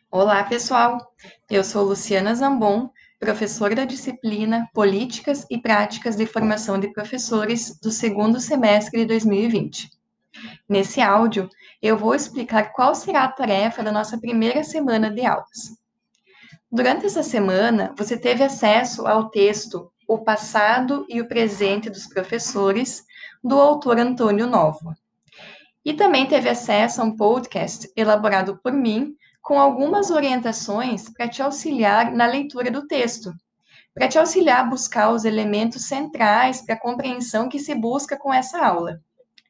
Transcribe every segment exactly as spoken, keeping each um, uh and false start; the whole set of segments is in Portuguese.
Olá, pessoal! Eu sou Luciana Zambon, professora da disciplina Políticas e Práticas de Formação de Professores do segundo semestre de dois mil e vinte. Nesse áudio, eu vou explicar qual será a tarefa da nossa primeira semana de aulas. Durante essa semana, você teve acesso ao texto O Passado e o Presente dos Professores, do autor Antônio Novo. E também teve acesso a um podcast elaborado por mim, com algumas orientações para te auxiliar na leitura do texto, para te auxiliar a buscar os elementos centrais para a compreensão que se busca com essa aula.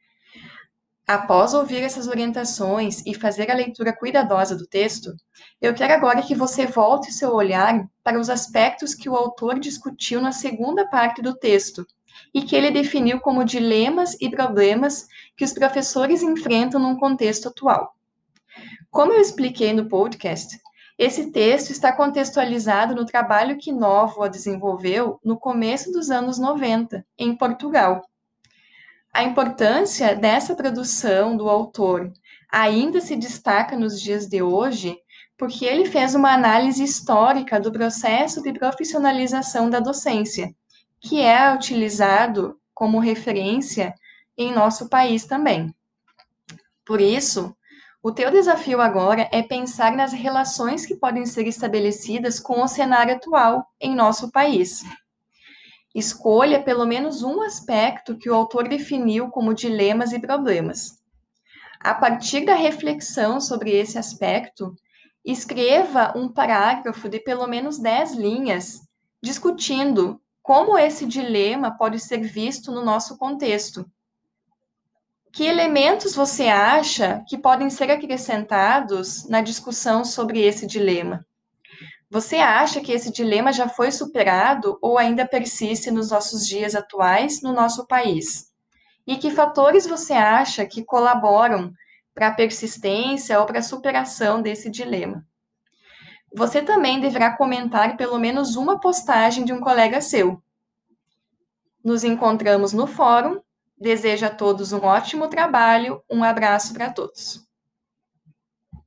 Após ouvir essas orientações e fazer a leitura cuidadosa do texto, eu quero agora que você volte seu olhar para os aspectos que o autor discutiu na segunda parte do texto e que ele definiu como dilemas e problemas que os professores enfrentam num contexto atual. Como eu expliquei no podcast, esse texto está contextualizado no trabalho que Novo desenvolveu no começo dos anos noventa, em Portugal. A importância dessa produção do autor ainda se destaca nos dias de hoje, porque ele fez uma análise histórica do processo de profissionalização da docência, que é utilizado como referência em nosso país também. Por isso, o teu desafio agora é pensar nas relações que podem ser estabelecidas com o cenário atual em nosso país. Escolha pelo menos um aspecto que o autor definiu como dilemas e problemas. A partir da reflexão sobre esse aspecto, escreva um parágrafo de pelo menos dez linhas, discutindo como esse dilema pode ser visto no nosso contexto. Que elementos você acha que podem ser acrescentados na discussão sobre esse dilema? Você acha que esse dilema já foi superado ou ainda persiste nos nossos dias atuais no nosso país? E que fatores você acha que colaboram para a persistência ou para a superação desse dilema? Você também deverá comentar pelo menos uma postagem de um colega seu. Nos encontramos no fórum. Desejo a todos um ótimo trabalho. Um abraço para todos.